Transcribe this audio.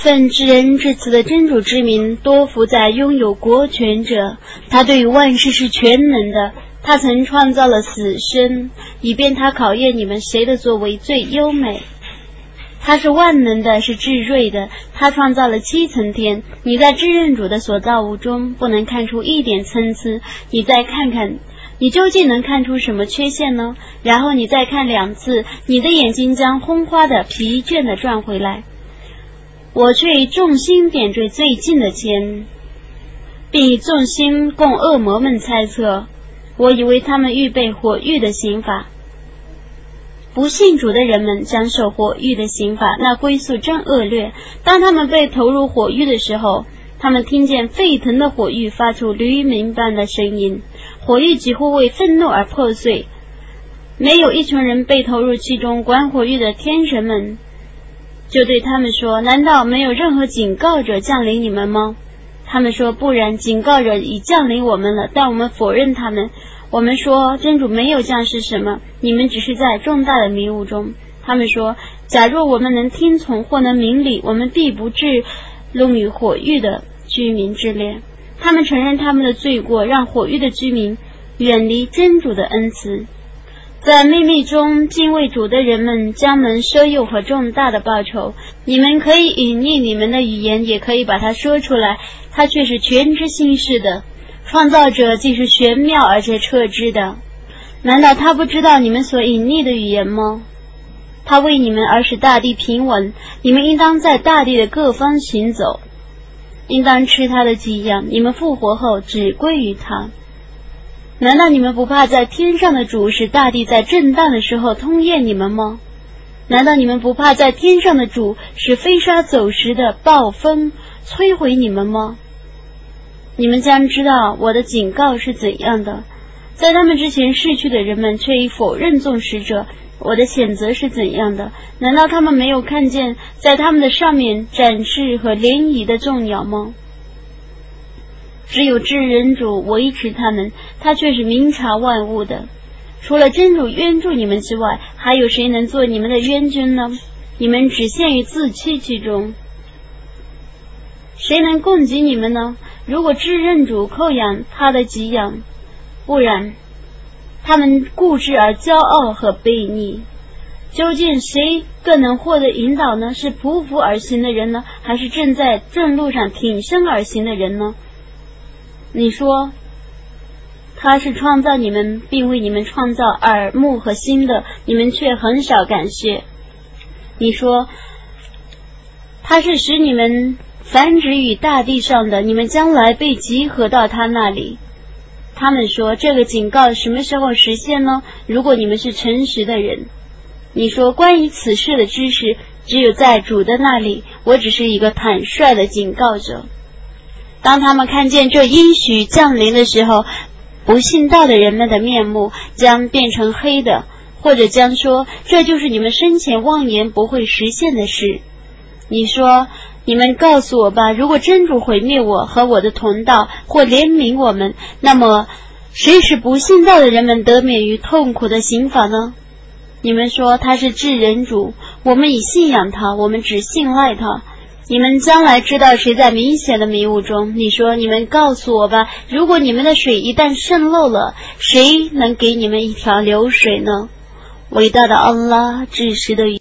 奉至仁至慈的真主之名，多福在拥有国权者，他对于万事是全能的，他曾创造了死生，以便他考验你们谁的作为最优美。他是万能的，是至睿的，他创造了7层天，你在至认主的所造物中不能看出一点参差，你再看看，你究竟能看出什么缺陷呢？然后你再看2次，你的眼睛将轰花的疲倦的转回来。我却以众星点缀最近的天，并以众星供恶魔们猜测，我以为他们预备火狱的刑罚。不信主的人们将受火狱的刑罚，那归宿真恶劣。当他们被投入火狱的时候，他们听见沸腾的火狱发出驴鸣般的声音，火狱几乎为愤怒而破碎。没有一群人被投入其中，管火狱的天神们就对他们说，难道没有任何警告者降临你们吗？他们说，不然，警告者已降临我们了，但我们否认他们。我们说，真主没有降示什么，你们只是在重大的迷雾中。他们说，假若我们能听从或能明理，我们必不至弄于火狱的居民之列。他们承认他们的罪过，让火狱的居民远离真主的恩慈。在秘密中敬畏主的人们将能奢诱和重大的报酬。你们可以隐匿你们的语言，也可以把它说出来，他却是全知心事的。创造者既是玄妙而且彻知的，难道他不知道你们所隐匿的语言吗？他为你们而使大地平稳，你们应当在大地的各方行走，应当吃他的给养，你们复活后只归于他。难道你们不怕在天上的主使大地在震荡的时候通验你们吗？难道你们不怕在天上的主使飞沙走石的暴风摧毁你们吗？你们将知道我的警告是怎样的，在他们之前逝去的人们却已否认众使者，我的谴责是怎样的？难道他们没有看见在他们的上面展示和涟漪的众鸟吗？只有至人主维持他们，他却是明察万物的。除了真主援助你们之外，还有谁能做你们的援军呢？你们只陷于自欺其中，谁能供给你们呢？如果至认主扣养他的给养，不然他们固执而骄傲和悖逆。究竟谁更能获得引导呢？是匍匐而行的人呢，还是正在正路上挺身而行的人呢？你说他是创造你们并为你们创造耳目和心的，你们却很少感谢。你说他是使你们繁殖于大地上的，你们将来被集合到他那里。他们说，这个警告什么时候实现呢？如果你们是诚实的人。你说，关于此事的知识只有在主的那里，我只是一个坦率的警告者。当他们看见这应许降临的时候，不信道的人们的面目将变成黑的，或者将说，这就是你们生前妄言不会实现的事。你说，你们告诉我吧，如果真主毁灭我和我的同道，或怜悯我们，那么谁使不信道的人们得免于痛苦的刑罚呢？你们说他是至人主，我们已信仰他，我们只信赖他。你们将来知道谁在明显的迷雾中。你说，你们告诉我吧，如果你们的水一旦渗漏了，谁能给你们一条流水呢？伟大的安拉，至实的